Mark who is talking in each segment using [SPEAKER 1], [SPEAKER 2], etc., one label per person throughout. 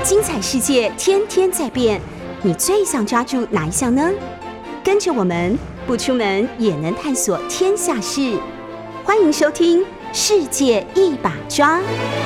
[SPEAKER 1] 精彩世界天天在变，你最想抓住哪一项呢？跟着我们不出门也能探索天下事，欢迎收听《世界一把抓》。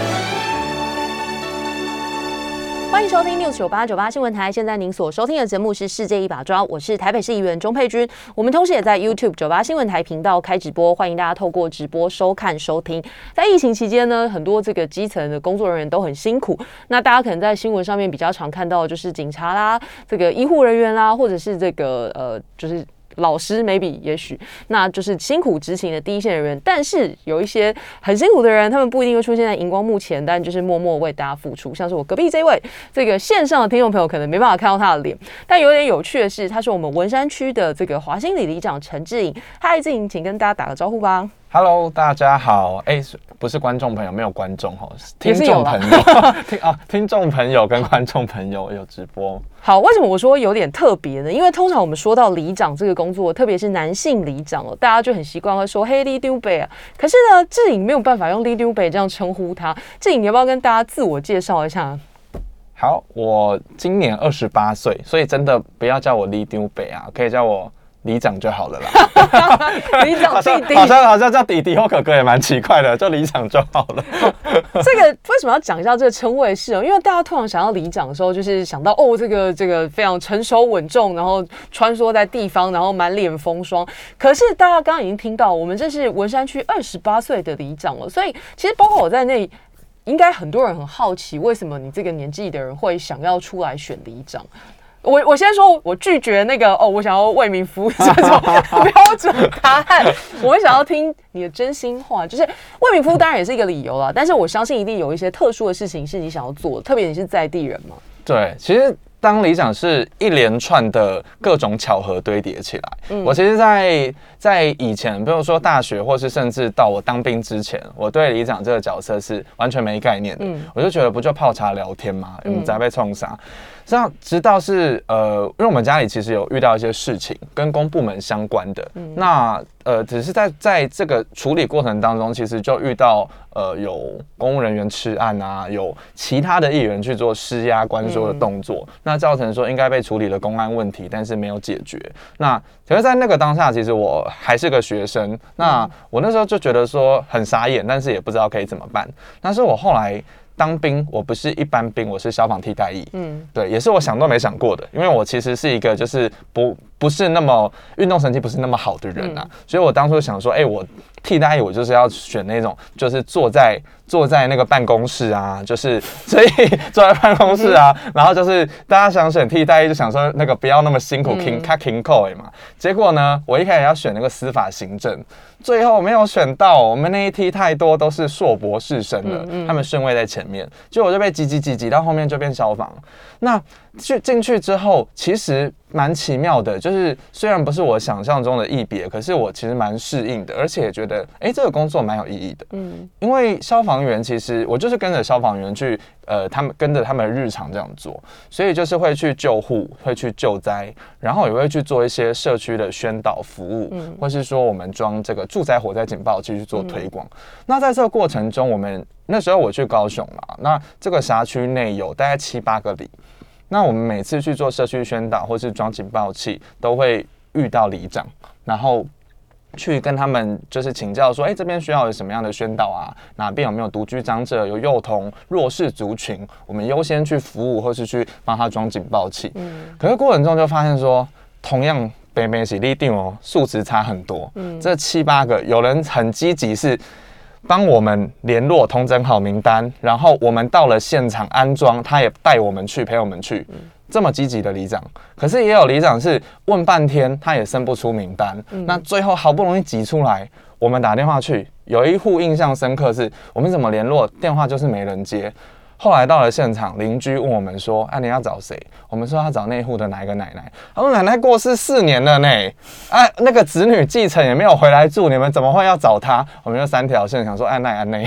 [SPEAKER 1] 欢迎收听 News 9898新闻台。现在您所收听的节目是《世界一把抓》，我是台北市议员钟佩君。我们同时也在 YouTube 98新闻台频道开直播，欢迎大家透过直播收看收听。在疫情期间呢，很多这个基层的工作人员都很辛苦。那大家可能在新闻上面比较常看到的就是警察啦、这个医护人员啦，或者是这个就是老师 maybe 也许，那就是辛苦执勤的第一线人员。但是有一些很辛苦的人，他们不一定会出现在荧光幕前，但就是默默为大家付出。像是我隔壁这位这个线上的听众朋友可能没办法看到他的脸，但有点有趣的是，他是我们文山区的这个华兴里里长陈志颖。嗨，志颖，请跟大家打个招呼吧。
[SPEAKER 2] Hello， 大家好。不是观众朋友，没有观众哦，听众朋友，听众朋友跟观众朋友有直播。
[SPEAKER 1] 好，为什么我说有点特别呢？因为通常我们说到里长这个工作，特别是男性里长大家就很习惯会说嘿里丢北啊。可是呢，志颖没有办法用里丢北这样称呼他。志颖，你要不要跟大家自我介绍一下？
[SPEAKER 2] 好，我今年28岁，所以真的不要叫我里丢北啊，可以叫我里长就好了啦。
[SPEAKER 1] 里长弟弟，
[SPEAKER 2] 好像叫弟弟或哥哥也蛮奇怪的，就里长就好了。
[SPEAKER 1] 这个为什么要讲一下这个称谓是因为大家通常想到里长的时候，就是想到这个非常成熟稳重，然后穿梭在地方，然后满脸风霜。可是大家刚刚已经听到，我们这是文山区28岁的里长了，所以其实包括我在内，应该很多人很好奇，为什么你这个年纪的人会想要出来选里长？我先说，我拒绝那个我想要为民服务这种标准答案。我会想要听你的真心话，就是为民服务当然也是一个理由啦，但是我相信一定有一些特殊的事情是你想要做的，特别你是在地人嘛。
[SPEAKER 2] 对，其实当里长是一连串的各种巧合堆叠起来。我其实在以前，比如说大学，或是甚至到我当兵之前，我对里长这个角色是完全没概念的。我就觉得不就泡茶聊天嘛，我们在被冲啥？直到是因为我们家里其实有遇到一些事情跟公部门相关的，那只是在这个处理过程当中，其实就遇到有公务人员吃案啊，有其他的议员去做施压关说的动作，那造成说应该被处理的公安问题，但是没有解决。那可是在那个当下，其实我还是个学生，那我那时候就觉得说很傻眼，但是也不知道可以怎么办。但是我后来当兵，我不是一般兵，我是消防替代役。对，也是我想都没想过的，因为我其实是一个就是不是那么运动神经不是那么好的人啊，所以我当初想说，我替代役我就是要选那种就是坐在那个办公室啊，就是所以坐在办公室啊，然后就是大家想选替代役就想说那个不要那么辛苦，king call 嘛。结果呢，我一开始要选那个司法行政，最后没有选到，我们那一梯太多都是硕博士生了，他们顺位在前面，结果我就被挤到后面就变消防。那进去之后，其实蛮奇妙的，就是虽然不是我想象中的役别，可是我其实蛮适应的，而且也觉得这个工作蛮有意义的。因为消防员其实我就是跟着消防员去，他们跟着他们的日常这样做，所以就是会去救护，会去救灾，然后也会去做一些社区的宣导服务，或是说我们装这个住宅火灾警报器去做推广。那在这个过程中，我们那时候我去高雄嘛，那这个辖区内有大概7、8个里。那我们每次去做社区宣导或是装警报器，都会遇到里长，然后去跟他们就是请教说，这边需要有什么样的宣导啊？哪边有没有独居长者、有幼童、弱势族群，我们优先去服务或是去帮他装警报器。可是过程中就发现说，同样北美是里长素质差很多。这7、8个有人很积极是帮我们联络统整好名单，然后我们到了现场安装，他也带我们去陪我们去，这么积极的里长。可是也有里长是问半天他也生不出名单，那最后好不容易挤出来，我们打电话去，有一户印象深刻是我们怎么联络，电话就是没人接。后来到了现场，邻居问我们说：“你要找谁？”我们说要找那户的哪一个奶奶。他说：“奶奶过世4年了呢，那个子女继承也没有回来住，你们怎么会要找他？”我们就3条线想说按内。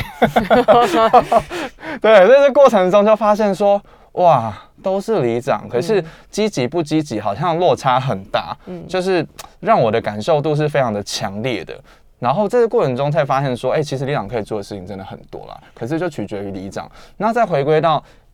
[SPEAKER 2] 对，在这过程中就发现说，哇，都是里长，可是积极不积极好像落差很大，就是让我的感受度是非常的强烈的。然后这个过程中才发现说，其实里长可以做的事情真的很多啦，可是就取决于里长。那再回归到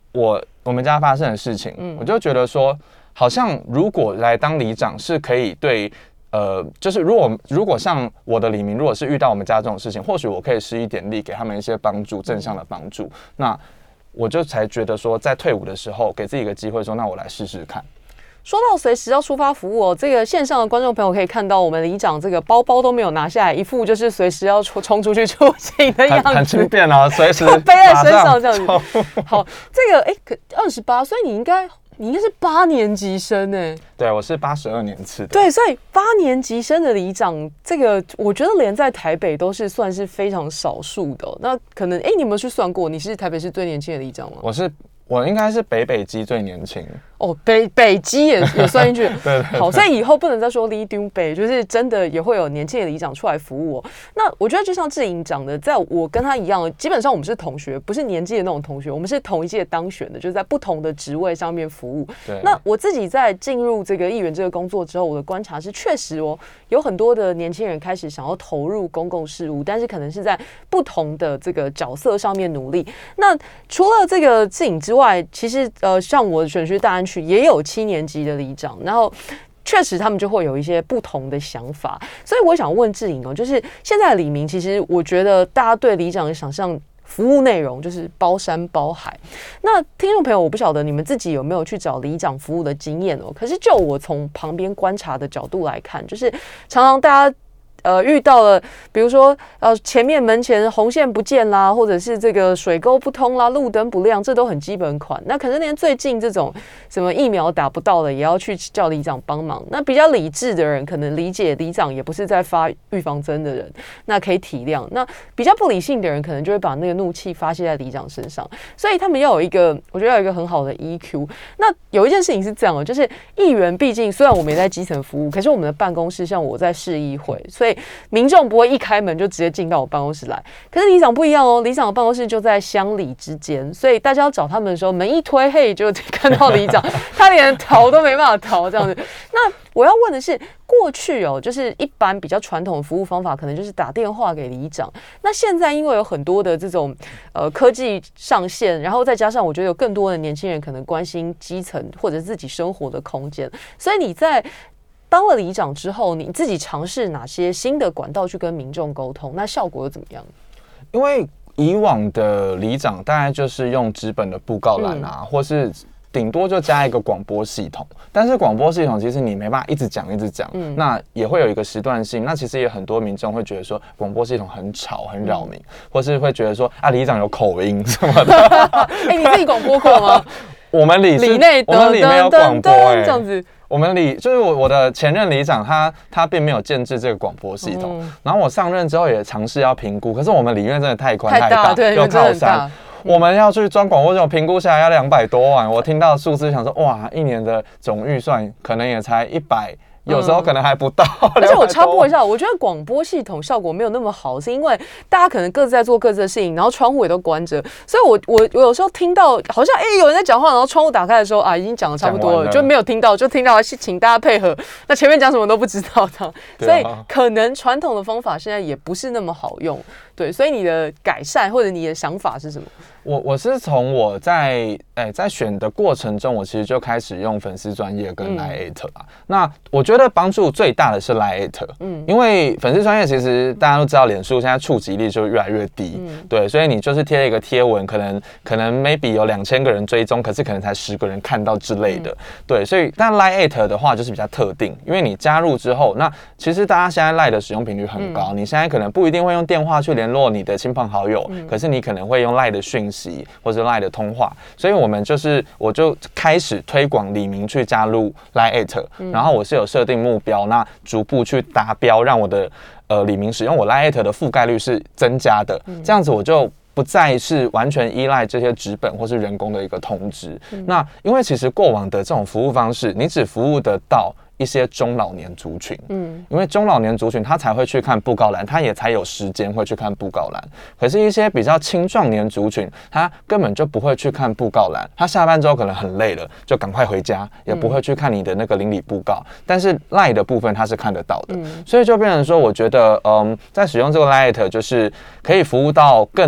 [SPEAKER 2] 我们家发生的事情，我就觉得说，好像如果来当里长是可以对。就是如果像我的里民，如果是遇到我们家这种事情，或许我可以施一点力，给他们一些帮助，正向的帮助。那我就才觉得说，在退伍的时候，给自己一个机会，说那我来试试看。
[SPEAKER 1] 说到随时要出发服务哦，这个线上的观众朋友可以看到，我们里长这个包包都没有拿下来，一副就是随时要冲出去出警的样子，
[SPEAKER 2] 很轻便哦，随时
[SPEAKER 1] 背在身上这样子。好，这个可28，所以你应该是8年级生哎。
[SPEAKER 2] 对，我是82年次的。
[SPEAKER 1] 对，所以8年级生的里长，这个我觉得连在台北都是算是非常少数的。那可能你有没有去算过？你是台北市最年轻的里长吗？
[SPEAKER 2] 我应该是北基最年轻
[SPEAKER 1] 哦，北基也算进去。
[SPEAKER 2] 对，
[SPEAKER 1] 好，所以以后不能再说里长北，就是真的也会有年轻的里长出来服务哦。那我觉得就像志颖讲的，在我跟他一样，基本上我们是同学，不是年纪的那种同学，我们是同一届当选的，就是在不同的职位上面服务。
[SPEAKER 2] 对。
[SPEAKER 1] 那我自己在进入这个议员这个工作之后，我的观察是，确实有很多的年轻人开始想要投入公共事务，但是可能是在不同的这个角色上面努力。那除了这个志颖之外，其实像我的选区大安区也有7年级的里长，然后确实他们就会有一些不同的想法，所以我想问志颖就是现在的里民，其实我觉得大家对里长的想象，服务内容就是包山包海。那听众朋友，我不晓得你们自己有没有去找里长服务的经验哦。可是就我从旁边观察的角度来看，就是常常大家遇到了，比如说前面门前红线不见啦，或者是这个水沟不通啦，路灯不亮，这都很基本款。那可能连最近这种什么疫苗打不到的，也要去叫里长帮忙。那比较理智的人，可能理解里长也不是在发预防针的人，那可以体谅。那比较不理性的人，可能就会把那个怒气发泄在里长身上。所以他们要有一个，我觉得要有一个很好的 EQ。那有一件事情是这样的，就是议员毕竟虽然我们也在基层服务，可是我们的办公室像我在市议会，所以民众不会一开门就直接进到我办公室来。可是里长不一样哦，里长的办公室就在乡里之间，所以大家要找他们的时候，门一推，嘿，就看到里长，他连逃都没办法逃这样子。那我要问的是，过去就是一般比较传统的服务方法，可能就是打电话给里长。那现在因为有很多的这种科技上线，然后再加上我觉得有更多的年轻人可能关心基层或者自己生活的空间，所以你在当了里长之后，你自己尝试哪些新的管道去跟民众沟通？那效果又怎么样？
[SPEAKER 2] 因为以往的里长大概就是用纸本的布告栏啊，或是顶多就加一个广播系统，但是广播系统其实你没办法一直讲，那也会有一个时段性。那其实也很多民众会觉得说广播系统很吵、很扰民，或是会觉得说里长有口音什么的。
[SPEAKER 1] 你自己广播过吗？
[SPEAKER 2] 我们里
[SPEAKER 1] 内
[SPEAKER 2] 没有广播这
[SPEAKER 1] 样子。
[SPEAKER 2] 我们就是我的前任里长，他并没有建制这个广播系统。然后我上任之后也尝试要评估，可是我们里面真的太宽太大，又靠山。我们要去装广播系统，评估下来要200多万。我听到数字想说，哇，一年的总预算可能也才100。有时候可能还不到，
[SPEAKER 1] 而且我插播一下，我觉得广播系统效果没有那么好，是因为大家可能各自在做各自的事情，然后窗户也都关着，所以我有时候听到好像有人在讲话，然后窗户打开的时候已经讲得差不多了，就没有听到，就听到请大家配合，那前面讲什么都不知道的，所以可能传统的方法现在也不是那么好用，对，所以你的改善或者你的想法是什么？
[SPEAKER 2] 我是从我在选的过程中，我其实就开始用粉丝专页跟 Line@ 啦。那我觉得帮助最大的是 Line@，因为粉丝专页其实大家都知道，脸书现在触及率就越来越低，对，所以你就是贴了一个贴文，可能 maybe 有2000个人追踪，可是可能才10个人看到之类的，对，所以但 Line@ 的话就是比较特定，因为你加入之后，那其实大家现在 Line 的使用频率很高，你现在可能不一定会用电话去联络你的亲朋好友，可是你可能会用 Line 的讯息或者 Line 的通话，所以我就开始推广里民去加入 Line@，然后我是有设定目标，那逐步去达标，让我的里民使用我 Line@ 的覆盖率是增加的，这样子我就不再是完全依赖这些纸本或是人工的一个通知。那因为其实过往的这种服务方式，你只服务得到一些中老年族群，因为中老年族群他才会去看布告栏，他也才有时间会去看布告栏。可是，一些比较青壮年族群，他根本就不会去看布告栏，他下班之后可能很累了，就赶快回家，也不会去看你的那个邻里布告。但是 Line 的部分他是看得到的，所以就变成说，我觉得，在使用这个 Line 就是可以服务到更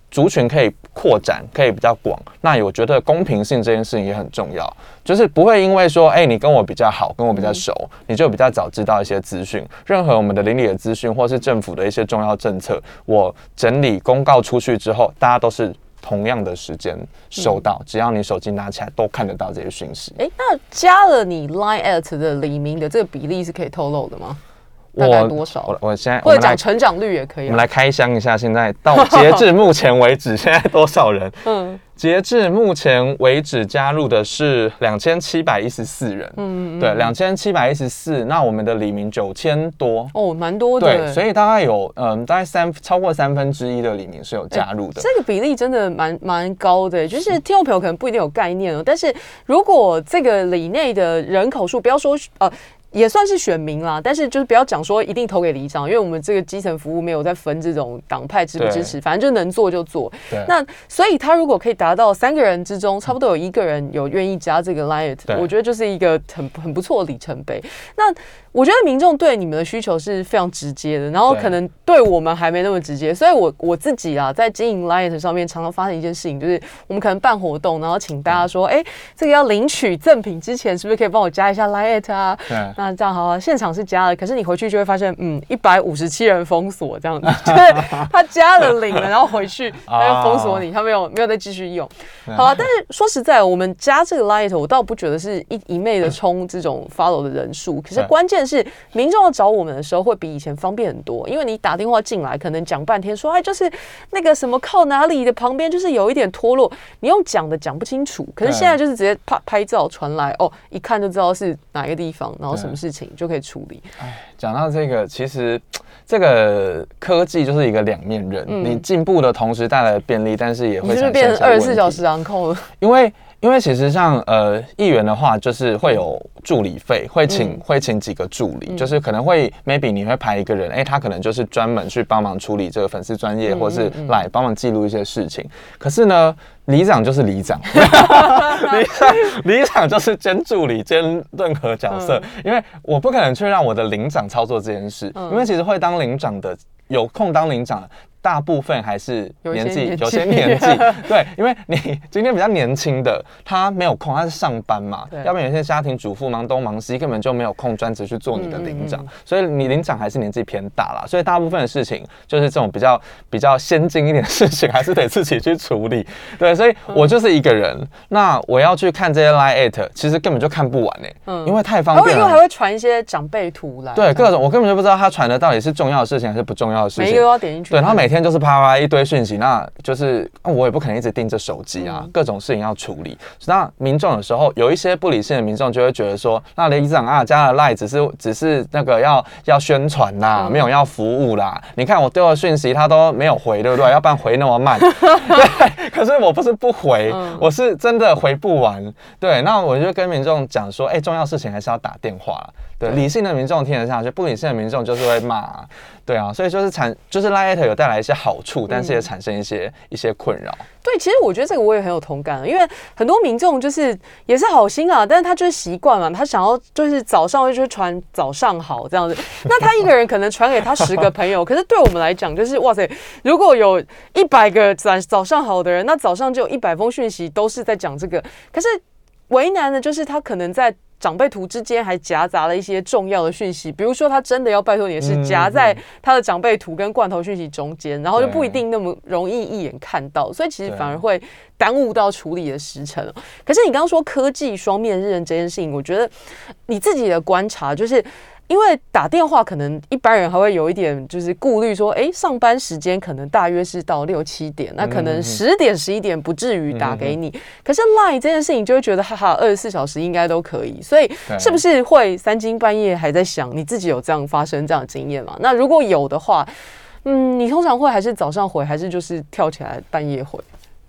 [SPEAKER 2] 族群可以扩展，可以比较广。那我觉得公平性这件事情也很重要，就是不会因为说，你跟我比较好，跟我比较熟，你就比较早知道一些资讯。任何我们的邻里的资讯，或是政府的一些重要政策，我整理公告出去之后，大家都是同样的时间收到，只要你手机拿起来都看得到这些讯息。
[SPEAKER 1] 那加了你 Line@ 的里民的这个比例是可以透露的吗？大概多少？
[SPEAKER 2] 我现在
[SPEAKER 1] 或者讲成长率也可以。
[SPEAKER 2] 我们来开箱一下，现在到截至目前为止，现在多少人？截至目前为止加入的是2714人。对，2714。那我们的里民9000多，
[SPEAKER 1] 蛮多的。
[SPEAKER 2] 对，所以大概有大概超过1/3的里民是有加入的。
[SPEAKER 1] 这个比例真的蛮高的，就是听众朋友可能不一定有概念哦。但是如果这个里内的人口数，不要说也算是选民啦，但是就是不要讲说一定投给里长，因为我们这个基层服务没有在分这种党派支不支持，反正就能做就做。那所以他如果可以达到3个人之中，差不多有1个人有愿意加这个 Line， 我觉得就是一个很不错的里程碑。那我觉得民众对你们的需求是非常直接的，然后可能对我们还没那么直接，所以我自己啊，在经营 Line 上面常常发生一件事情，就是我们可能办活动，然后请大家说，这个要领取赠品之前，是不是可以帮我加一下 Line 啊？那这样好啊，现场是加了，可是你回去就会发现，157人封锁这样子，就是他加了领了，然后回去他又封锁你，他没有再继续用。好了，但是说实在，我们加这个 Line， 我倒不觉得是一昧的冲这种 follow 的人数，可是关键是民众要找我们的时候会比以前方便很多，因为你打电话进来，可能讲半天说，就是那个什么靠哪里的旁边就是有一点脱落，你用讲的讲不清楚，可是现在就是直接拍照传来，一看就知道是哪一个地方，然后什么事情就可以处理。
[SPEAKER 2] 讲到这个，其实这个科技就是一个两面刃，你进步的同时带来的便利，但是也会产生
[SPEAKER 1] 变成24小时昂扣了。
[SPEAKER 2] 因为其实像议员的话，就是会有助理费，会请几个助理，就是可能会 maybe 你会排一个人，他可能就是专门去帮忙处理这个粉丝专页，或是来帮忙记录一些事情。可是呢，里长就是里长，里长就是兼助理兼任何角色，因为我不可能去让我的领长操作这件事，因为其实会当领长的，有空当领长的大部分还是有些年纪，对，因为你今天比较年轻的，他没有空，他是上班嘛，要不然有些家庭主妇忙东忙西，根本就没有空专职去做你的领长，所以你领长还是年纪偏大啦，所以大部分的事情就是这种比较先进一点的事情，还是得自己去处理，对，所以我就是一个人，那我要去看这些 Line@ 其实根本就看不完因为太方便了，
[SPEAKER 1] 因为还会传一些长辈图来，
[SPEAKER 2] 对，各种我根本就不知道他传的到底是重要的事情还是不重要的事情，
[SPEAKER 1] 每一个都要点进去，
[SPEAKER 2] 对，然后每天就是啪一堆讯息，那就是我也不可能一直盯着手机啊，各种事情要处理。那民众有时候有一些不理性的民众就会觉得说，那里长啊加了 Line 只是那个要宣传啦，没有要服务啦。你看我丢的讯息他都没有回，对不对？要不然回那么慢，对。可是我不是不回，我是真的回不完。对，那我就跟民众讲说，重要事情还是要打电话啦。对，理性的民众听得下去，不理性的民众就是会骂，对啊，所以就是Line@ 有带来一些好处，但是也产生一些困扰。
[SPEAKER 1] 对，其实我觉得这个我也很有同感，因为很多民众就是也是好心啊，但是他就是习惯嘛，他想要就是早上就传早上好这样子，那他一个人可能传给他10个朋友，可是对我们来讲就是哇塞，如果有100个早上好的人，那早上就有100封讯息都是在讲这个，可是为难的就是他可能在长辈图之间还夹杂了一些重要的讯息，比如说他真的要拜托你的是夹在他的长辈图跟罐头讯息中间，然后就不一定那么容易一眼看到，所以其实反而会耽误到处理的时程。可是你刚刚说科技双面刃这件事情，我觉得你自己的观察就是。因为打电话可能一般人还会有一点就是顾虑说，上班时间可能大约是到6、7点，那可能10点、11点不至于打给你。可是 Line 这件事情就会觉得，哈哈，24小时应该都可以。所以是不是会3更半夜还在想？你自己有这样发生这样的经验吗？那如果有的话，你通常会还是早上回，还是就是跳起来半夜回？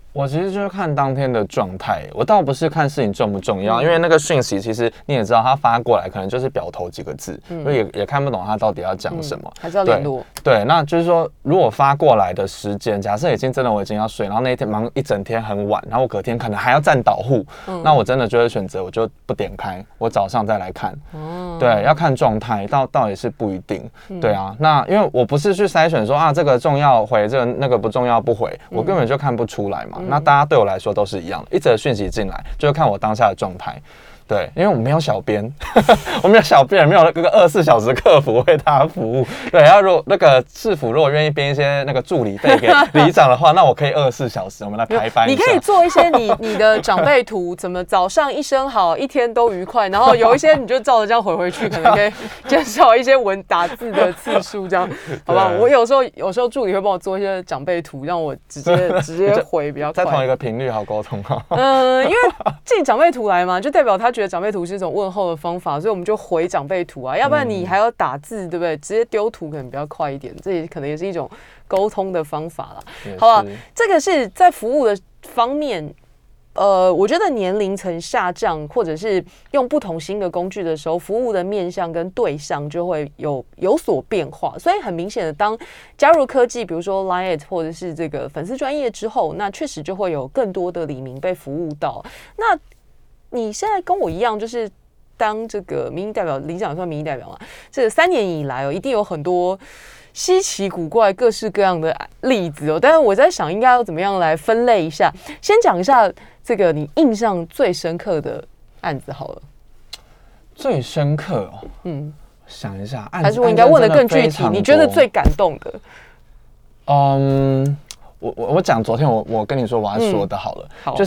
[SPEAKER 2] 我其实就是看当天的状态，我倒不是看事情重不重要，因为那个讯息其实你也知道，他发过来可能就是表头几个字，所以也看不懂他到底要讲什么，
[SPEAKER 1] 还是要联络。
[SPEAKER 2] 对，那就是说，如果发过来的时间，假设我已经要睡，然后那一天忙一整天很晚，然后我隔天可能还要站导护，那我真的就会选择我就不点开，我早上再来看。对，要看状态，倒也是不一定。对啊，那因为我不是去筛选说啊这个重要回，这个那个不重要不回，我根本就看不出来嘛。那大家对我来说都是一样的，一则讯息进来就是看我当下的状态。对，因为我没有小编，我没有小编，没有那个24小时客服为大家服务。对，要如果那个市府如果愿意编一些那个助理费给里长的话，那我可以24小时，我们来排班一下。
[SPEAKER 1] 你可以做一些你的长辈图，怎么早上一声好，一天都愉快，然后有一些你就照着这样回去，可能可以减少一些打字的次数，这样好不好？我有时候助理会帮我做一些长辈图，让我直接回比较快，
[SPEAKER 2] 在同一个频率好沟通哈。
[SPEAKER 1] 因为寄长辈图来嘛，就代表他觉得长辈图是一种问候的方法，所以我们就回长辈图啊，要不然你还要打字，对不对？直接丢图可能比较快一点，这也可能也是一种沟通的方法啦。好吧，这个是在服务的方面。我觉得年龄层下降，或者是用不同新的工具的时候，服务的面向跟对象就会有所变化。所以很明显的，当加入科技，比如说 Line 或者是这个粉丝专页之后，那确实就会有更多的里民被服务到。那你现在跟我一样，就是当这个民意代表，里长算民意代表嘛？这3年以来一定有很多稀奇古怪、各式各样的例子但是我在想，应该要怎么样来分类一下？先讲一下这个你印象最深刻的案子好了。
[SPEAKER 2] 最深刻想一下，
[SPEAKER 1] 还是我应该问的更具体？你觉得最感动的？
[SPEAKER 2] 我讲昨天我跟你说我要说的好了，就是。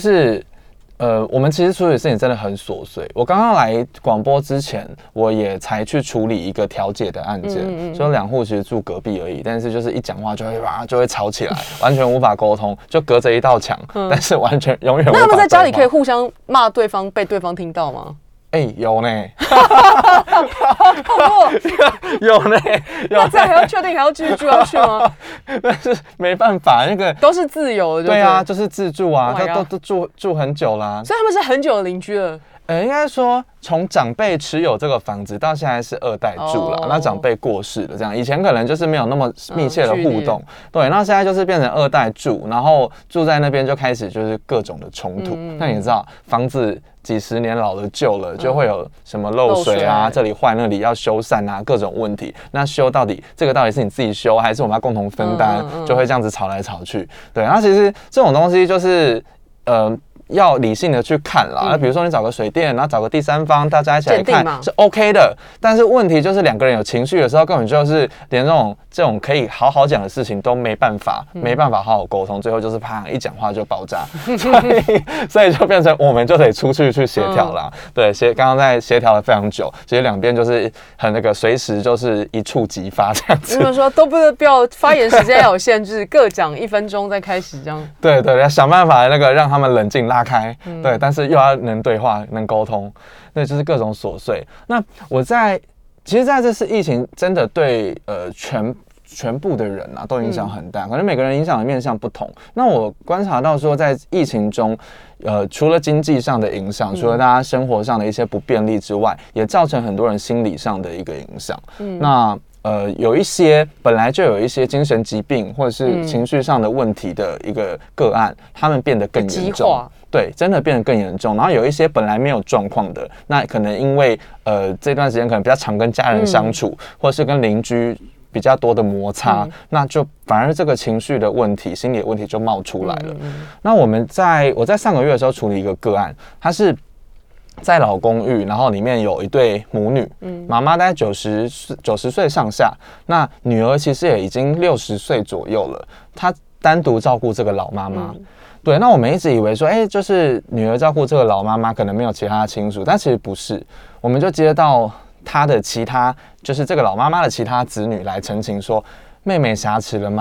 [SPEAKER 2] 我们其实处理的事情真的很琐碎。我刚刚来广播之前，我也才去处理一个调解的案件，就2户其实住隔壁而已，但是就是一讲话就会吵起来，完全无法沟通，就隔着一道墙，但是完全永远无法。
[SPEAKER 1] 那他们在家里可以互相骂对方，被对方听到吗？
[SPEAKER 2] 有呢，
[SPEAKER 1] 有呢，那这样还要确定还要继续住下去吗？
[SPEAKER 2] 但是没办法，那个
[SPEAKER 1] 都是自由的，
[SPEAKER 2] 对啊，就是自住啊，都住很久啦，
[SPEAKER 1] 所以他们是很久的邻居了。
[SPEAKER 2] 应该说从长辈持有这个房子到现在是2代住了，那长辈过世了，这样以前可能就是没有那么密切的互动，对，那现在就是变成2代住，然后住在那边就开始就是各种的冲突。那你知道房子几十年老了旧了，就会有什么漏水啊，这里坏那里要修缮啊，各种问题。那修到底是你自己修还是我们要共同分担？就会这样子吵来吵去。对，那其实这种东西就是要理性的去看啦，比如说你找个水电，然后找个第三方，大家一起来看是 OK 的。但是问题就是2个人有情绪的时候，根本就是连这种可以好好讲的事情都没办法好好沟通，最后就是啪一讲话就爆炸，所以就变成我们就得出去协调啦。对，刚刚在协调了非常久，其实两边就是很那个随时就是一触即发这样子。
[SPEAKER 1] 你们说都不要发言时间要有限制，各讲1分钟再开始这样。
[SPEAKER 2] 对，要想办法那个让他们冷静拉开，对，但是又要能对话能沟通，那就是各种琐碎。那其实在这次疫情真的对全部的人啊都影响很大，可能每个人影响的面向不同。那我观察到说，在疫情中，除了经济上的影响，除了大家生活上的一些不便利之外，也造成很多人心理上的一个影响。那有一些本来就有一些精神疾病或者是情绪上的问题的一个个案，他们变得更严重。对，真的变得更严重。然后有一些本来没有状况的，那可能因为这段时间可能比较常跟家人相处，或是跟邻居比较多的摩擦，那就反而这个情绪的问题、心理的问题就冒出来了。那我在上个月的时候处理一个个案，他是在老公寓，然后里面有一对母女，妈妈大概90岁上下，那女儿其实也已经60岁左右了，她单独照顾这个老妈妈。对，那我们一直以为说，就是女儿照顾这个老妈妈，可能没有其他的亲属，但其实不是，我们就接到她的就是这个老妈妈的其他子女来澄清说，妹妹挟持了妈妈。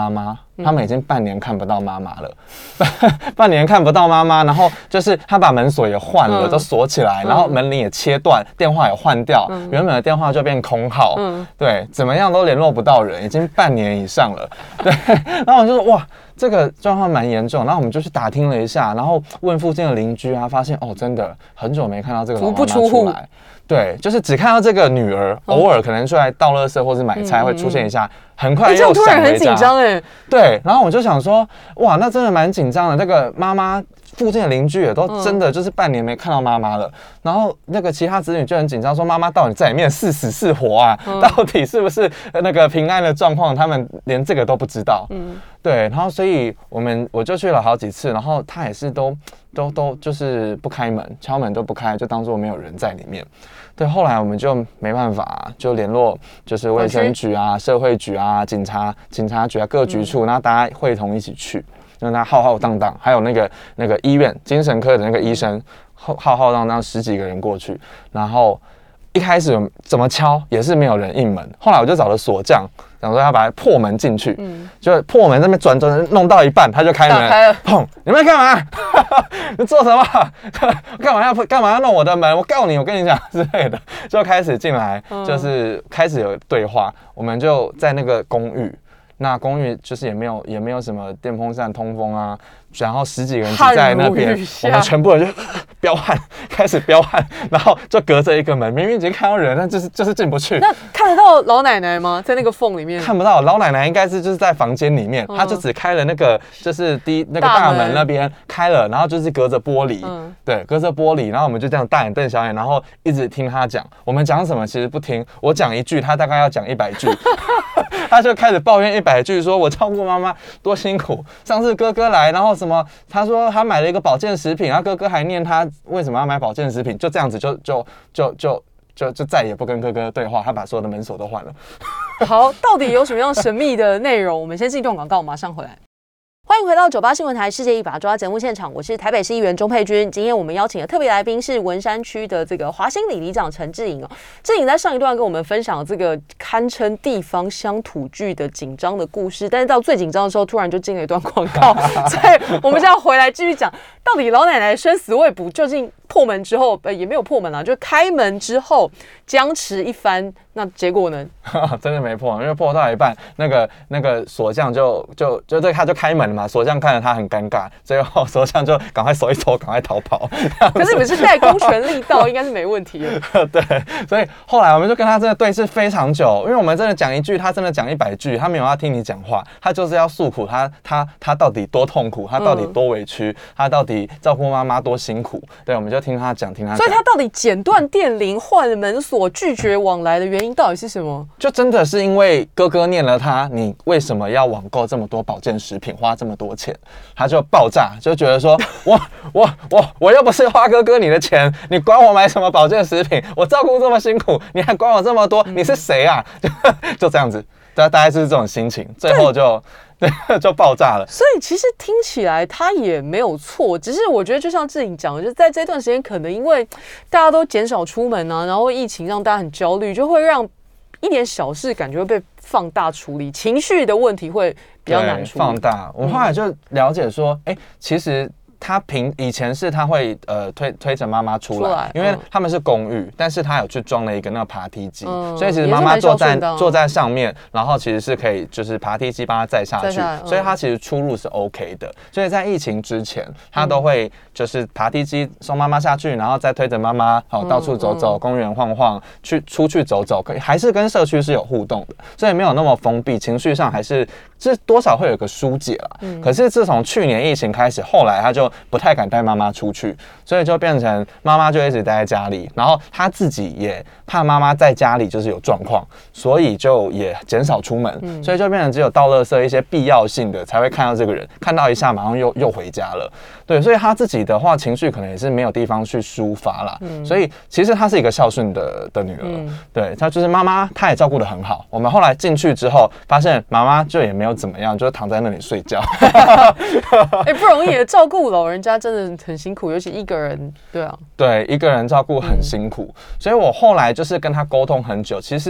[SPEAKER 2] 他们已经半年看不到妈妈了，半年看不到妈妈，然后就是他把门锁也换了，都锁起来，然后门铃也切断，电话也换掉，原本的电话就变空号，对，怎么样都联络不到人，已经半年以上了，对，然后我就说哇，这个状况蛮严重，然后我们就去打听了一下，然后问附近的邻居啊，发现哦，真的很久没看到这个老妈妈出来。对，就是只看到这个女儿，偶尔可能出来倒垃圾或是买菜会出现一下，很快又
[SPEAKER 1] 突然很紧张哎。
[SPEAKER 2] 对，然后我就想说，哇，那真的蛮紧张的。那个妈妈附近的邻居也都真的就是半年没看到妈妈了，然后那个其他子女就很紧张，说妈妈到底在里面是死是活啊？到底是不是那个平安的状况？他们连这个都不知道。对，然后所以我就去了好几次，然后他也是都就是不开门，敲门都不开，就当作没有人在里面。对，后来我们就没办法，就联络就是卫生局啊、社会局啊、警察局啊各局处，然后大家会同一起去，让他浩浩荡荡，还有那个医院精神科的那个医生浩浩荡荡10几个人过去，然后一开始怎么敲也是没有人应门，后来我就找了锁匠。想说要把它破门进去，就破门那边转弄到一半，他就开门，砰！你们干嘛？你做什么？干嘛要弄我的门？我告你！我跟你讲之类的，就开始进来，就是开始有对话。我们就在那个公寓，那公寓就是也没有什么电风扇通风啊，然后10几个人挤在那边，我们全部人就飙汗，开始飙汗，然后就隔着一个门，明明已经看到人，但就是进不去。
[SPEAKER 1] 那看得到老奶奶吗？在那个缝里面？看
[SPEAKER 2] 不到，老奶奶应该就是在房间里面，她就只开了那个就是那个大门那边开了，然后就是隔着玻璃，对，隔着玻璃，然后我们就这样大眼瞪小眼，然后一直听她讲，我们讲什么其实不听，我讲一句，她大概要讲100句，她就开始抱怨100句，说我照顾妈妈多辛苦，上次哥哥来，然后什么，他说他买了一个保健食品，然后哥哥还念他为什么要买保健食品，就这样子就再也不跟哥哥对话，他把所有的门锁都换了。
[SPEAKER 1] 好，到底有什么样神秘的内容？我们先进一段广告，我马上回来。欢迎回到98新闻台世界一把抓节目现场，我是台北市议员钟佩君。今天我们邀请的特别来宾是文山区的这个华兴里里长陈志颖哦。志颖在上一段跟我们分享这个堪称地方乡土剧的紧张的故事，但是到最紧张的时候，突然就进了一段广告，所以我们现在回来继续讲，到底老奶奶生死未卜，究竟破门之后，也没有破门啦，就开门之后僵持一番，那结果呢？
[SPEAKER 2] 真的没破，因为破到一半，那个锁匠他就开门了嘛，锁匠看着他很尴尬，最后锁匠就赶快手一抽，赶快逃跑。
[SPEAKER 1] 可是你们是带公权力道，应该是没问题的。
[SPEAKER 2] 对，所以后来我们就跟他真的对峙非常久，因为我们真的讲一句，他真的讲100句，他没有要听你讲话，他就是要诉苦他到底多痛苦，他到底多委屈，他到底照顾妈妈多辛苦。对，我们就听他讲。
[SPEAKER 1] 所以他到底剪断电铃、换了门锁、拒绝往来的原因到底是什么？
[SPEAKER 2] 就真的是因为哥哥念了他，你为什么要网购这么多保健食品，花这么多钱？他就爆炸，就觉得说，我又不是花哥哥你的钱，你管我买什么保健食品？我照顾这么辛苦，你还管我这么多？你是谁啊？就这样子，大概就是这种心情，最后就爆炸了。
[SPEAKER 1] 所以其实听起来他也没有错，只是我觉得就像志颖讲的，就在这段时间，可能因为大家都减少出门啊，然后疫情让大家很焦虑，就会让一点小事感觉会被放大处理，情绪的问题会比较难处理。
[SPEAKER 2] 放大。我后来就了解说，其实他以前是他会推着妈妈出来，因为他们是公寓，但是他有去装了一个那个爬梯机，所以其实妈妈坐在上面，然后其实是可以就是爬梯机帮他载下去，所以他其实出入是 OK 的。所以在疫情之前，他都会就是爬梯机送妈妈下去，然后再推着妈妈到处走走，公园晃晃，出去走走，还是跟社区是有互动的，所以没有那么封闭，情绪上还是多少会有个疏解啦。可是自从去年疫情开始，后来他就不太敢带妈妈出去，所以就变成妈妈就一直待在家里，然后他自己也怕妈妈在家里就是有状况，所以就也减少出门，所以就变成只有倒垃圾一些必要性的才会看到这个人，看到一下马上又回家了。对，所以他自己的话情绪可能也是没有地方去抒发啦，所以其实她是一个孝顺的女儿，对，她就是妈妈，她也照顾得很好。我们后来进去之后，发现妈妈就也没有怎么样，就是躺在那里睡觉。
[SPEAKER 1] 不容易，照顾老人家真的很辛苦，尤其一个人，对啊，
[SPEAKER 2] 对，一个人照顾很辛苦，所以我后来就是跟他沟通很久，其实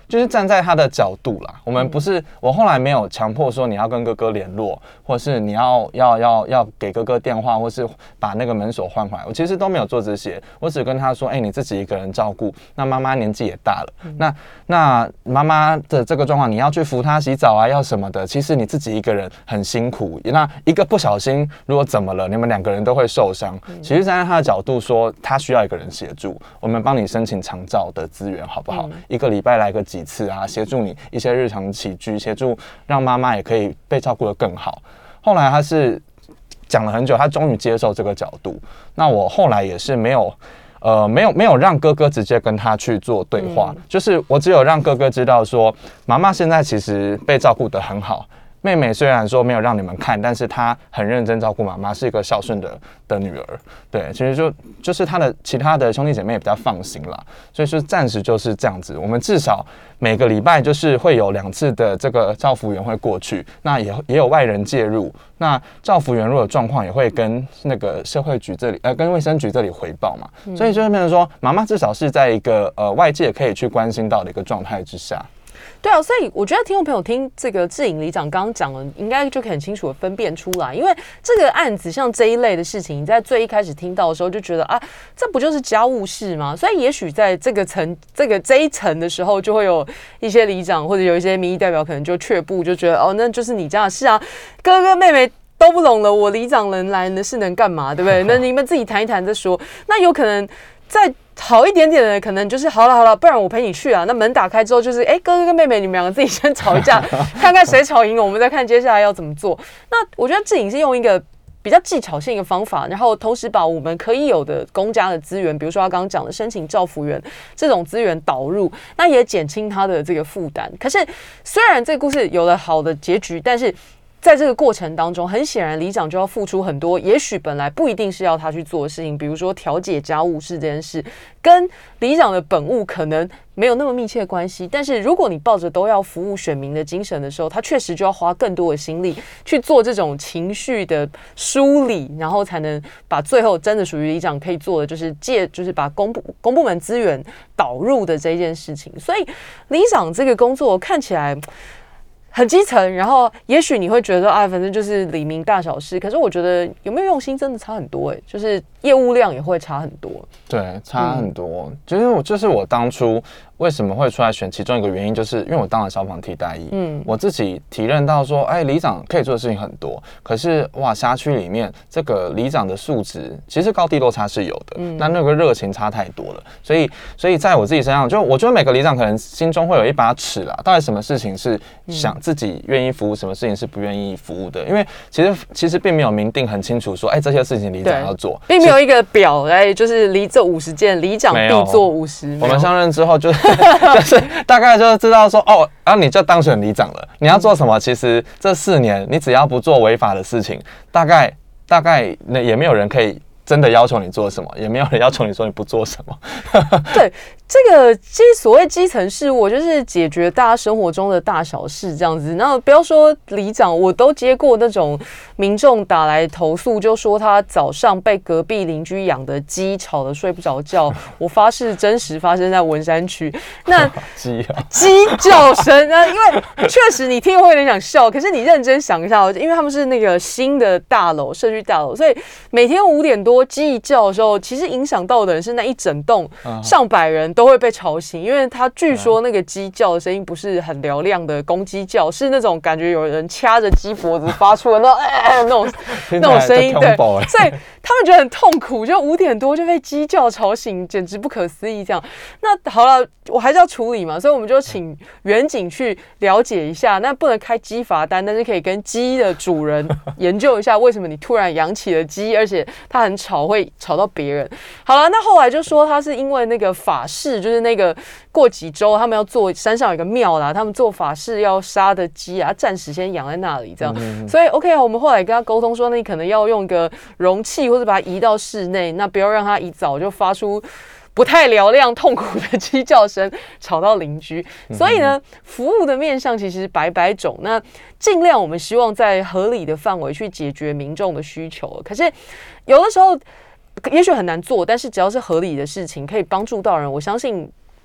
[SPEAKER 2] 就是站在他的角度啦。我们不是，我后来没有强迫说你要跟哥哥联络，或是你要给哥哥电话，或是把那个门锁换回来，我其实都没有做这些。我只跟他说，你自己一个人照顾，那妈妈年纪也大了，那妈妈的这个状况，你要去扶她洗澡啊，要什么的，其实你自己一个人很辛苦。那一个不小心，如果怎么了，你们2个人都会受伤。其实站在他的角度说，他需要一个人协助，我们帮你申请长照的资源好不好？一个礼拜来个几次啊，协助你一些日常起居，协助让妈妈也可以被照顾得更好。后来他是讲了很久，他终于接受这个角度。那我后来也是没有让哥哥直接跟他去做对话，就是我只有让哥哥知道说，妈妈现在其实被照顾得很好。妹妹虽然说没有让你们看，但是她很认真照顾妈妈，是一个孝顺的女儿。对，其实就是她的其他的兄弟姐妹也比较放心啦，所以说暂时就是这样子。我们至少每个礼拜就是会有2次的这个照服员会过去，那也有外人介入。那照服员如果有状况，也会跟那个社会局这里跟卫生局这里回报嘛。所以就变成说，妈妈至少是在一个外界可以去关心到的一个状态之下。
[SPEAKER 1] 对啊，所以我觉得听众朋友听这个志颖里长刚刚讲了，应该就可以很清楚的分辨出来，因为这个案子像这一类的事情，你在最一开始听到的时候就觉得啊，这不就是家务事吗？所以也许在这一层的时候，就会有一些里长或者有一些民意代表可能就却步，就觉得哦，那就是你家的事啊，哥哥妹妹都不懂了，我里长能来的事能干嘛，对不对？那你们自己谈一谈再说。那有可能在好一点点的，可能就是好了，不然我陪你去啊。那门打开之后，就是哥哥跟妹妹，你们2个自己先吵一架，看看谁吵赢了，我们再看接下来要怎么做。那我觉得志颖是用一个比较技巧性的方法，然后同时把我们可以有的公家的资源，比如说他刚刚讲的申请照服员这种资源导入，那也减轻他的这个负担。可是虽然这个故事有了好的结局，但是在这个过程当中，很显然里长就要付出很多，也许本来不一定是要他去做的事情，比如说调解家务事这件事，跟里长的本务可能没有那么密切的关系。但是如果你抱着都要服务选民的精神的时候，他确实就要花更多的心力去做这种情绪的梳理，然后才能把最后真的属于里长可以做的，就是把公部门资源导入的这件事情。所以里长这个工作看起来很基层，然后也许你会觉得反正就是里民大小事，可是我觉得有没有用心真的差很多就是业务量也会差很多。
[SPEAKER 2] 对，差很多。就是我当初为什么会出来选，其中一个原因就是因为我当了消防替代役，我自己体认到说，里长可以做的事情很多，可是辖区里面这个里长的素质其实高低落差是有的，那个热情差太多了，所以在我自己身上，就我觉得每个里长可能心中会有一把尺啦，到底什么事情是想自己愿意服务，什么事情是不愿意服务的，因为其实并没有明定很清楚说，这些事情里长要做，
[SPEAKER 1] 并没有一个表就是这50件里长必做50。
[SPEAKER 2] 我们上任之后就是大概就知道说你就当选里长了，你要做什么？其实这4年你只要不做违法的事情，大概也没有人可以真的要求你做什么，也没有人要求你说你不做什么。
[SPEAKER 1] 对，这个所谓基层事务，就是解决大家生活中的大小事这样子。那不要说里长，我都接过那种民众打来投诉，就说他早上被隔壁邻居养的鸡吵得睡不着觉。我发誓真实发生在文山区。那鸡叫声啊，因为确实你听会有点想笑，可是你认真想一下，因为他们是那个新的大楼社区大楼，所以每天5点多鸡一叫的时候，其实影响到的人是那一整栋上百人都会被吵醒，因为他据说那个鸡叫的声音不是很嘹亮的公鸡叫，是那种感觉有人掐着鸡脖子发出的那种声音，对，所以他们觉得很痛苦，就5点多就被鸡叫吵醒，简直不可思议这样。那好了，我还是要处理嘛，所以我们就请员警去了解一下，那不能开鸡罚单，但是可以跟鸡的主人研究一下为什么你突然养起了鸡，而且它很吵，会吵到别人。好了，那后来就说他是因为那个法事，就是那个过几周他们要做山上有一个庙啦，他们做法事要杀的鸡啊，暂时先养在那里这样。所以 OK， 我们后来跟他沟通说，那你可能要用一个容器，或者把它移到室内，那不要让它一早就发出不太嘹亮、痛苦的鸡叫声，吵到邻居。所以呢，服务的面向其实百百种。那尽量我们希望在合理的范围去解决民众的需求。可是有的时候也许很难做，但是只要是合理的事情，可以帮助到人，我相信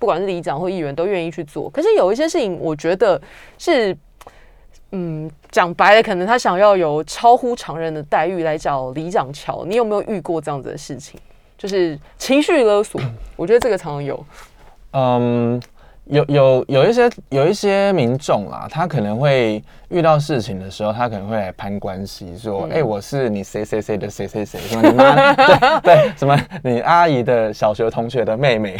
[SPEAKER 1] 不管是里长或议员都愿意去做。可是有一些事情，我觉得是，讲白了，可能他想要有超乎常人的待遇来找里长瞧。你有没有遇过这样子的事情？就是情绪勒索，我觉得这个常常有。
[SPEAKER 2] 有一些民众啦，他可能会遇到事情的时候，他可能会来攀关系，说，我是你谁谁谁的谁谁谁，什么你妈对，什么你阿姨的小学同学的妹妹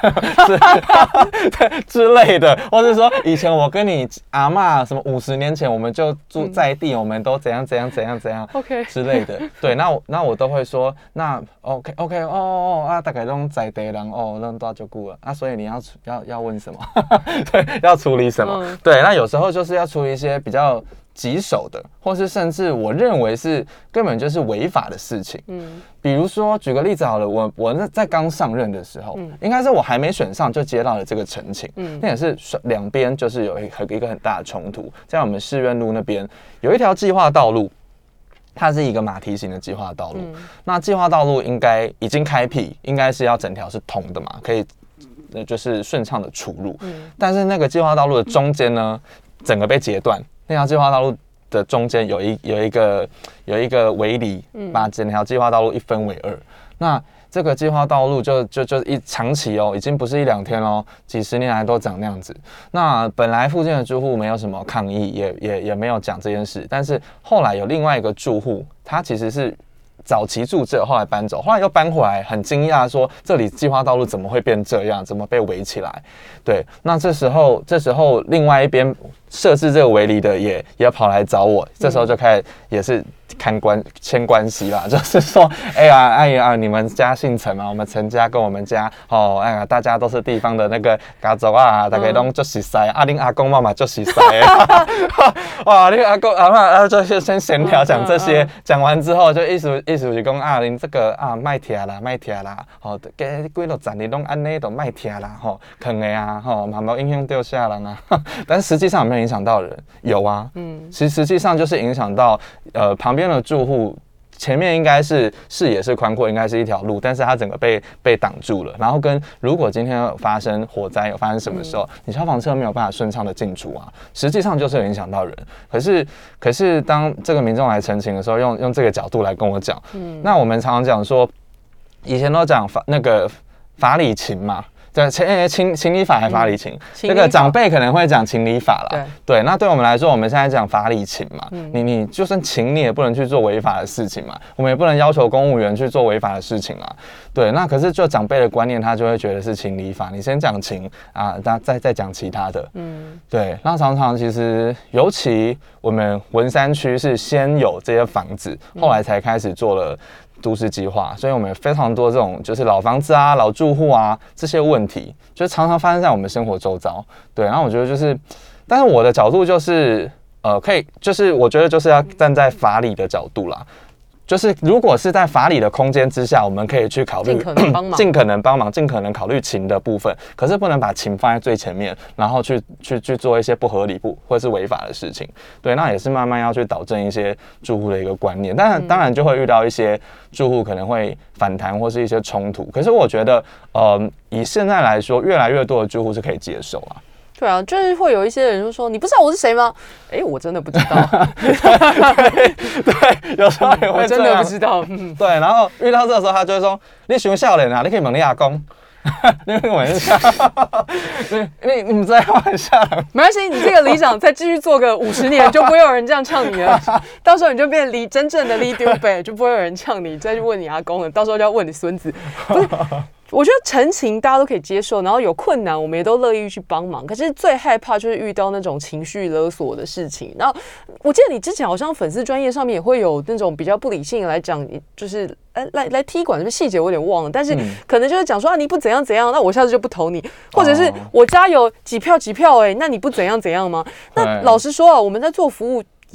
[SPEAKER 2] 对之类的，或者说以前我跟你阿嬷什么50年前我们就住在地，我们都怎样
[SPEAKER 1] ，OK
[SPEAKER 2] 之类的，对，那我都会说，那 OK 大概都在地人弄多久久了啊，所以你要问什么？对，要处理什么？对，那有时候就是要处理一些比较棘手的，或是甚至我认为是根本就是违法的事情。比如说举个例子好了，我在刚上任的时候，应该是我还没选上就接到了这个陈情，那也是两边就是有一个很大的冲突，在我们士院路那边有一条计划道路。它是一个马蹄形的计划道路，那计划道路应该已经开辟，应该是要整条是通的嘛，可以就是顺畅的出入。但是那个计划道路的中间呢，整个被截断。那条计划道路的中间有一个围篱，把整条计划道路一分为二。那这个计划道路就长期已经不是1-2天几10年来都长那样子。那本来附近的住户没有什么抗议，也没有讲这件事，但是后来有另外一个住户，他其实是早期住这，后来搬走，后来又搬回来，很惊讶说这里计划道路怎么会变这样，怎么被围起来？对，那这时候另外一边设置这个围篱的也跑来找我，这时候就开始也是牵关系啦，就是说，哎呀，你们家姓陈嘛，我们陈家跟我们家大家都是地方的那个家族啊，大家都就熟悉，恁阿公妈妈就熟悉，哇，你阿公阿嬷就先闲聊讲这些，讲完之后就意思是讲恁这个卖听啦，几多站你拢安尼都卖听啦，坑的啊，嘛没影响到下人啊，但是实际上有没有影响到人？有啊，实际上就是影响到旁边的住户，前面应该是视野是宽阔，应该是一条路，但是它整个被挡住了。然后如果今天有发生火灾，有发生什么时候，你消防车没有办法顺畅的进出啊，实际上就是有影响到人。可是当这个民众来陈情的时候，用这个角度来跟我讲，那我们常常讲说，以前都讲那个法理情嘛。对，情理法还法理情，这个长辈可能会讲情理法啦。对，那对我们来说，我们现在讲法理情嘛。你就算情，你也不能去做违法的事情嘛。我们也不能要求公务员去做违法的事情啊。对，那可是就长辈的观念，他就会觉得是情理法，你先讲情啊，再讲其他的。对，那常常其实，尤其我们文山区是先有这些房子，后来才开始做了都市计划，所以我们有非常多这种就是老房子啊、老住户啊这些问题，就常常发生在我们生活周遭。对，然后我觉得就是，但是我的角度就是可以，就是我觉得就是要站在法理的角度啦。就是如果是在法理的空间之下，我们可以去考虑尽可能帮忙，尽可能考虑情的部分，可是不能把情放在最前面，然后去做一些不合理或者是违法的事情。对，那也是慢慢要去导正一些住户的一个观念。当然就会遇到一些住户可能会反弹或是一些冲突。可是我觉得，以现在来说，越来越多的住户是可以接受啊。
[SPEAKER 1] 对啊，就是会有一些人就说：“你不知道我是谁吗？”我真的不知道。
[SPEAKER 2] 对，有时候也会
[SPEAKER 1] 我真的不知道。
[SPEAKER 2] 对，然后遇到这个时候，他就会说：“你喜欢笑脸啊，你可以问你阿公。”你问一下，你们在开玩笑？
[SPEAKER 1] 没关系，你这个里长再继续做个50年，就不会有人这样呛你了。到时候你就变真正的里长伯，就不会有人呛你，再去问你阿公了。到时候就要问你孙子。不是，我觉得陈情大家都可以接受，然后有困难我们也都乐意去帮忙。可是最害怕就是遇到那种情绪勒索的事情。然后我记得你之前好像粉丝专页上面也会有那种比较不理性的来讲，就是来踢馆，什么细节我有点忘了，但是可能就是讲说你不怎样怎样，那我下次就不投你，或者是我家有几票那你不怎样怎样吗？那老实说啊，我们在做服务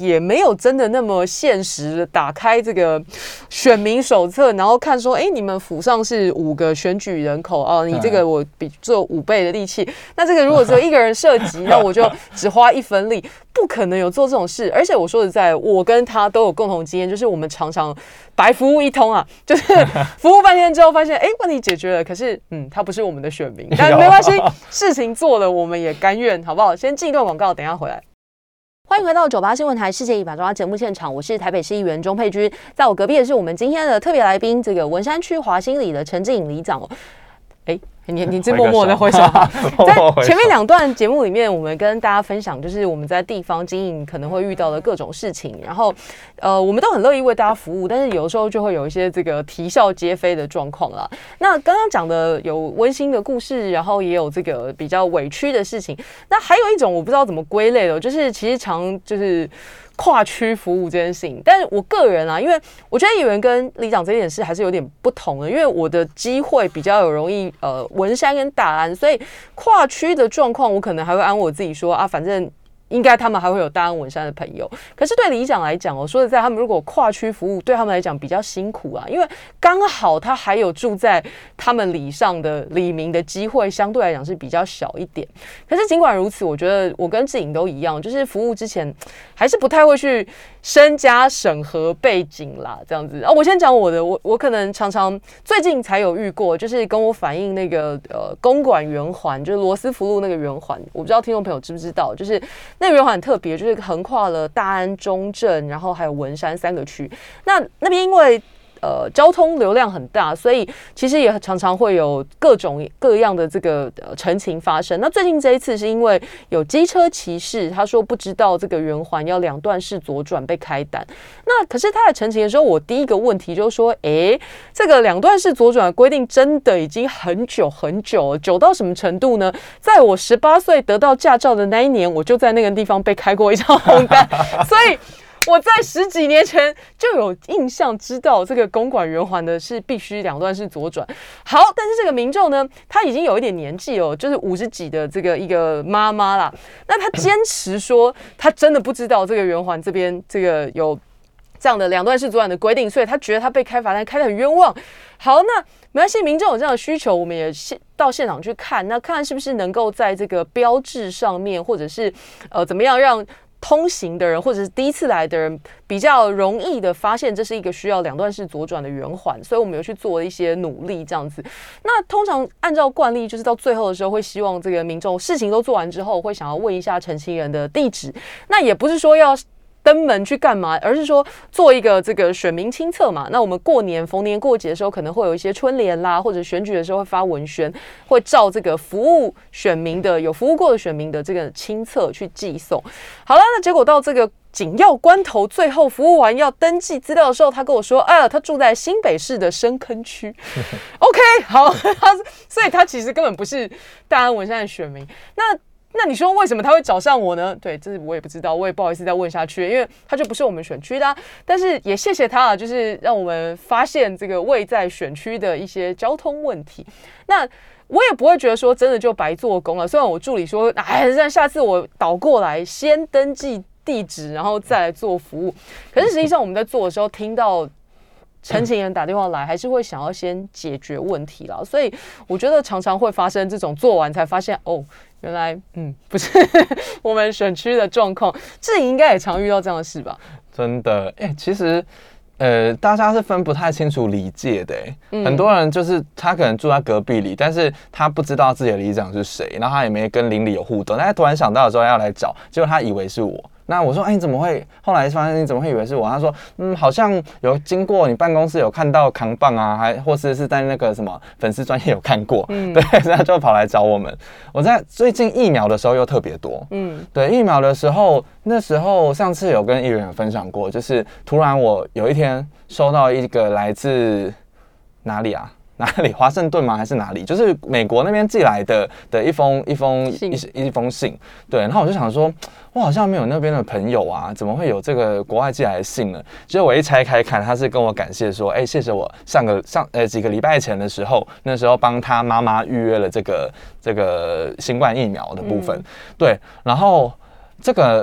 [SPEAKER 1] 也没有真的那么现实的打开这个选民手册，然后看说，你们府上是5个选举人口哦，你这个我比做5倍的力气，那这个如果只有1个人涉及，那我就只花1分力。不可能有做这种事，而且我说实在，我跟他都有共同经验，就是我们常常白服务一通啊，就是服务半天之后发现，问题解决了，可是他不是我们的选民，但没关系，事情做了我们也甘愿，好不好？先进一段广告，等一下回来。欢迎回到98新闻台世界一把抓节目现场，我是台北市议员钟佩君，在我隔壁的是我们今天的特别来宾，这个文山区华兴里的陈志颖里长。你这默默的挥手。在前面2段节目里面，我们跟大家分享，就是我们在地方经营可能会遇到的各种事情，然后我们都很乐意为大家服务，但是有时候就会有一些这个啼笑皆非的状况啦。那刚刚讲的有温馨的故事，然后也有这个比较委屈的事情，那还有一种我不知道怎么归类的，就是其实就是跨区服务这件事情，但是我个人啊，因为我觉得议员跟里长这件事还是有点不同的，因为我的机会比较有容易文山跟大安，所以跨区的状况我可能还会安我自己说啊，反正应该他们还会有大安文山的朋友。可是对里长来讲，我说实在，他们如果跨区服务，对他们来讲比较辛苦啊，因为刚好他还有住在他们里上的里民的机会，相对来讲是比较小一点。可是尽管如此，我觉得我跟志颖都一样，就是服务之前还是不太会去身家审核背景啦，这样子啊。我先讲我的，我可能常常最近才有遇过，就是跟我反映那个公馆圆环，就是罗斯福路那个圆环，我不知道听众朋友知不知道，就是那个圆环很特别，就是横跨了大安、中正，然后还有文山3个区。那边因为交通流量很大，所以其实也常常会有各种各样的这个陈情发生。那最近这一次是因为有机车骑士他说不知道这个圆环要2段式左转被开单，那可是他在陈情的时候，我第一个问题就是说，这个2段式左转的规定真的已经很久很久了，久到什么程度呢？在我18岁得到驾照的那一年，我就在那个地方被开过一张红单，所以我在10几年前就有印象，知道这个公馆圆环的是必须2段式左转。好，但是这个民众呢，他已经有一点年纪哦，就是50几的这个一个妈妈啦。那他坚持说，他真的不知道这个圆环这边这个有这样的2段式左转的规定，所以他觉得他被开罚单开得很冤枉。好，那没关系，民众有这样的需求，我们也到现场去看，那看是不是能够在这个标志上面，或者是怎么样让通行的人或者是第一次来的人比较容易的发现这是一个需要2段式左转的圆环，所以我们有去做一些努力这样子。那通常按照惯例，就是到最后的时候会希望这个民众事情都做完之后，会想要问一下陈情人的地址。那也不是说要登门去干嘛，而是说做一个这个选民亲测嘛。那我们过年逢年过节的时候，可能会有一些春联啦，或者选举的时候会发文宣，会照这个服务选民的有服务过的选民的这个亲测去寄送。好了，那结果到这个紧要关头，最后服务完要登记资料的时候，他跟我说，他住在新北市的深坑区。OK， 好，所以他其实根本不是大安文山的选民。那你说为什么他会找上我呢？对，这我也不知道，我也不好意思再问下去，因为他就不是我们选区的但是也谢谢他就是让我们发现这个位在选区的一些交通问题。那我也不会觉得说真的就白做工了。虽然我助理说，那下次我倒过来先登记地址，然后再来做服务。可是实际上我们在做的时候，听到陈情人打电话来，还是会想要先解决问题啦。所以我觉得常常会发生这种做完才发现原来不是我们选区的状况。志颖应该也常遇到这样的事吧？
[SPEAKER 2] 真的，其实大家是分不太清楚里界的很多人就是他可能住在隔壁里，但是他不知道自己的里长是谁，然后他也没跟邻里有互动，但他突然想到的时候要来找，结果他以为是我。那我说，你怎么会？后来发现你怎么会以为是我？他说，好像有经过你办公室有看到扛棒啊，还或是在那个什么粉丝专页有看过，对，所以他就跑来找我们。我在最近疫苗的时候又特别多，对，疫苗的时候，那时候上次有跟议员分享过，就是突然我有一天收到一个来自哪里啊？哪里？华盛顿吗？还是哪里？就是美国那边寄来的一封信。对，然后我就想说，我好像没有那边的朋友啊，怎么会有这个国外寄来的信呢？结果我一拆开看，他是跟我感谢说，谢谢我几个礼拜前的时候，那时候帮他妈妈预约了这个新冠疫苗的部分。对，然后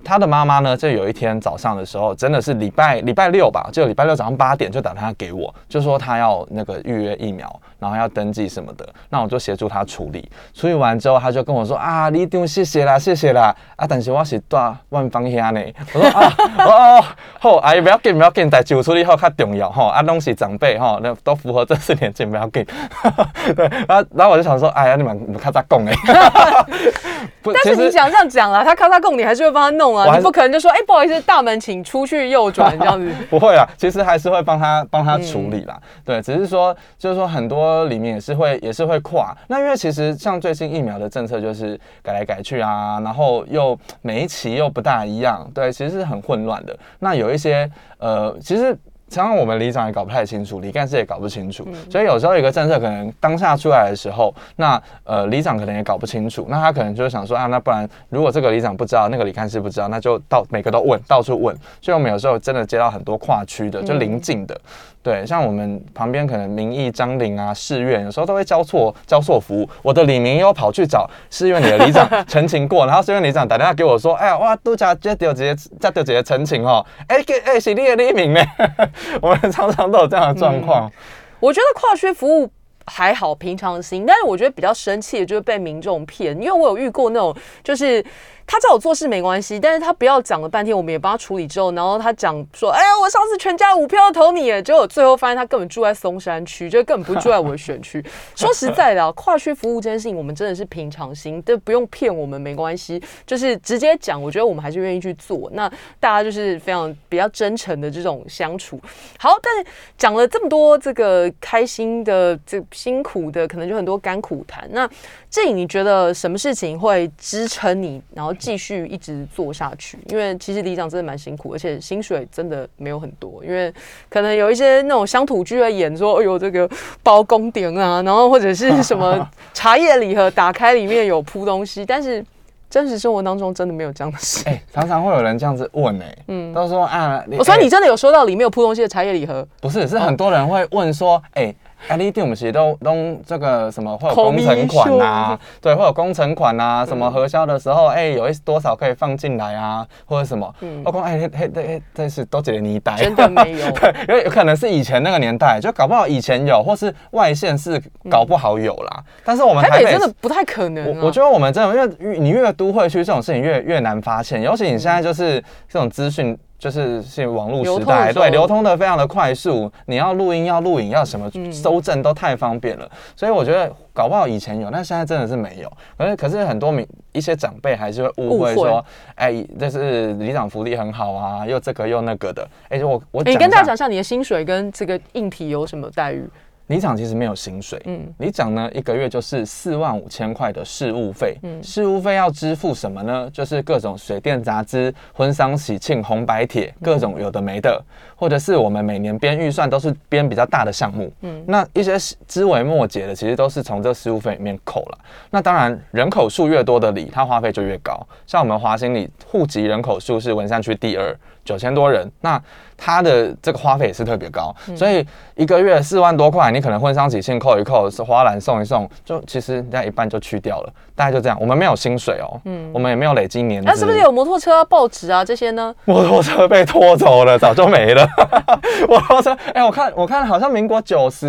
[SPEAKER 2] 他的妈妈呢，就有一天早上的时候，真的是礼拜六吧，就礼拜六早上8点就打电话给我，就说他要那个预约疫苗，然后要登记什么的，那我就协助他处理。处理完之后，他就跟我说啊，李董谢谢啦，谢谢啦，啊，但是我是住万芳遐呢。我说啊，好，阿姨不要紧，不要紧，代志有处理好较重要吼，啊，拢是长辈吼，那都符合这4年前不要紧。对，然后我就想说，哎呀，你们较早讲诶。
[SPEAKER 1] 但是你想这样讲啦，他咔嚓供你还是会帮他弄啊，你不可能就说，不好意思，大门请出去右转这样子。不
[SPEAKER 2] 会啦，其实还是会帮他处理啦。对，只是说就是说很多里面也是会跨。那因为其实像最近疫苗的政策就是改来改去啊，然后又每一期又不大一样，对，其实是很混乱的。那有一些其实。常常我们里长也搞不太清楚，里干事也搞不清楚，所以有时候一个政策可能当下出来的时候，那里长可能也搞不清楚，那他可能就想说啊，那不然如果这个里长不知道，那个里干事不知道，那就每个都问，到处问。所以我们有时候真的接到很多跨区的，就邻近的，对，像我们旁边可能民意、彰林啊、市院，有时候都会交错服务。我的里民又跑去找市院里的里长澄清过，然后市院里长打电话给我说，哎呀，哇，都加丢直接澄清哦，是你的里民呢。我们常常都有这样的状况。
[SPEAKER 1] 我觉得跨区服务还好，平常心，但是我觉得比较生气的就是被民众骗，因为我有遇过那种就是他叫我做事没关系，但是他不要讲了半天，我们也帮他处理之后，然后他讲说，哎呀，我上次全家5票投你耶，结果最后发现他根本住在松山区，就根本不住在我的选区。说实在的，跨区服务这件事情，我们真的是平常心，都不用骗我们，没关系，就是直接讲，我觉得我们还是愿意去做。那大家就是比较真诚的这种相处。好，但是讲了这么多这个开心的、这辛苦的，可能就很多甘苦谈。那这里你觉得什么事情会支撑你，然后继续一直做下去？因为其实里长真的蛮辛苦，而且薪水真的没有很多。因为可能有一些那种乡土剧会演说，哎呦这个包公鼎啊，然后或者是什么茶叶礼盒打开里面有铺东西，但是真实生活当中真的没有这样的事。
[SPEAKER 2] 常常会有人这样子问都说啊，
[SPEAKER 1] 所以你真的有收到里面有铺东西的茶叶礼盒？
[SPEAKER 2] 不是，是很多人会问说，你对我们其实都这个什么会有工程款啊，对，会有工程款啊，什么核销的时候，有多少可以放进来啊，或者什么，我讲这是都几个年代，
[SPEAKER 1] 真的没有，
[SPEAKER 2] 对，因为有可能是以前那个年代，就搞不好以前有，或是外县市搞不好有啦，但是我们台北
[SPEAKER 1] 真的不太可能。
[SPEAKER 2] 我觉得我们真的，因为你越都会区这种事情越难发现，尤其你现在就是这种资讯。就是网络时代，对，流通的非常的快速，你要录音、要录影、要什么搜证都太方便了，所以我觉得搞不好以前有，但现在真的是没有。可是很多一些长辈还是会误会说，这是里长福利很好啊，又这个又那个的。
[SPEAKER 1] 你跟大家讲一下你的薪水跟这个硬体有什么待遇？
[SPEAKER 2] 里长其实没有薪水，里长呢1个月就是45000块的事务费，事务费要支付什么呢？就是各种水电杂支、婚丧喜庆、红白帖，各种有的没的，或者是我们每年编预算都是编比较大的项目，那一些枝微末节的，其实都是从这事务费里面扣了。那当然，人口数越多的里，它花费就越高。像我们华兴里户籍人口数是文山区第2。9000多人，那他的这个花费也是特别高，所以1个月4万多块，你可能婚丧喜庆扣一扣，是花篮送一送，就其实人家一半就去掉了，大概就这样。我们没有薪水我们也没有累积年资。
[SPEAKER 1] 那是不是有摩托车啊、报纸啊这些呢？
[SPEAKER 2] 摩托车被拖走了，早就没了。摩托车，我看好像民国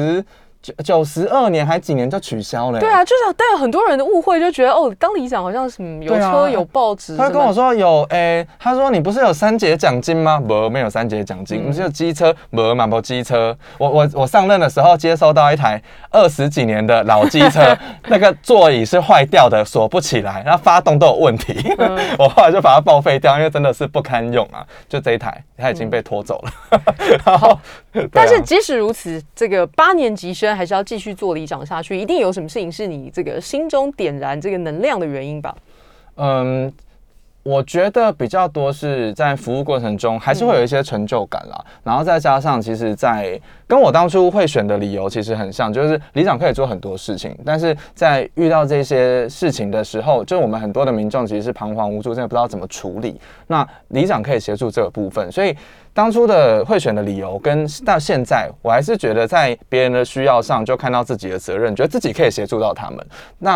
[SPEAKER 2] 92年还几年就取消了。
[SPEAKER 1] 对啊，就是但有很多人的误会，就觉得当里长好像是有车有报纸。
[SPEAKER 2] 他跟我说有他说你不是有3节奖金吗？没有3节奖金，我们只有机车，没机车。我上任的时候接收到一台20几年的老机车，那个座椅是坏掉的，锁不起来，然后发动都有问题。我后来就把它报废掉，因为真的是不堪用啊。就这一台，它已经被拖走了。好，
[SPEAKER 1] 但是即使如此，这个8年级生还是要继续做里长下去，一定有什么事情是你这个心中点燃这个能量的原因吧？
[SPEAKER 2] 我觉得比较多是在服务过程中还是会有一些成就感啦，然后再加上其实在跟我当初会选的理由其实很像，就是里长可以做很多事情，但是在遇到这些事情的时候，就我们很多的民众其实是彷徨无助，真的不知道怎么处理，那里长可以协助这个部分，所以当初的会选的理由跟到现在，我还是觉得在别人的需要上就看到自己的责任，觉得自己可以协助到他们。那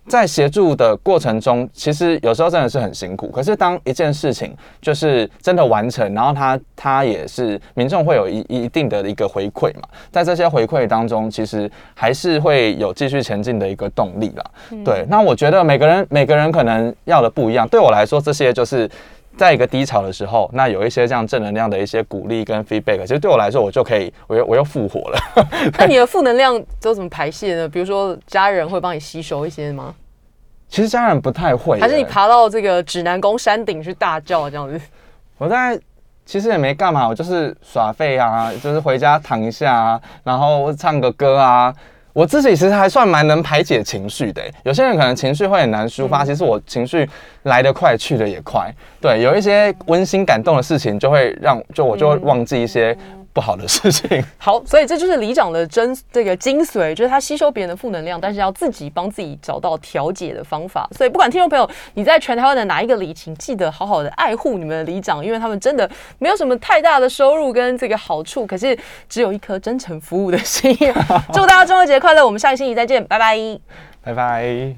[SPEAKER 2] 在协助的过程中，其实有时候真的是很辛苦。可是当一件事情就是真的完成，然后它也是民众会有一定的一个回馈嘛，在这些回馈当中，其实还是会有继续前进的一个动力啦。对，那我觉得每个人可能要的不一样。对我来说，这些就是在一个低潮的时候，那有一些这样正能量的一些鼓励跟 feedback， 其实对我来说，我就可以，我又复活了。
[SPEAKER 1] 那你的负能量都怎么排泄呢？比如说家人会帮你吸收一些吗？
[SPEAKER 2] 其实家人不太会，
[SPEAKER 1] 还是你爬到这个指南宫山顶去大叫这样子？
[SPEAKER 2] 我其实也没干嘛，我就是耍废啊，就是回家躺一下啊，然后唱个歌啊。我自己其实还算蛮能排解情绪的，有些人可能情绪会很难抒发，其实我情绪来得快，去得也快。对，有一些温馨感动的事情，就会我就会忘记一些不好的事情。
[SPEAKER 1] 好，所以这就是里长的这个精髓，就是他吸收别人的负能量，但是要自己帮自己找到调节的方法。所以不管听众朋友你在全台湾的哪一个里，请记得好好的爱护你们的里长，因为他们真的没有什么太大的收入跟这个好处，可是只有一颗真诚服务的心。祝大家中秋节快乐！我们下个星期再见，拜拜，
[SPEAKER 2] 拜拜。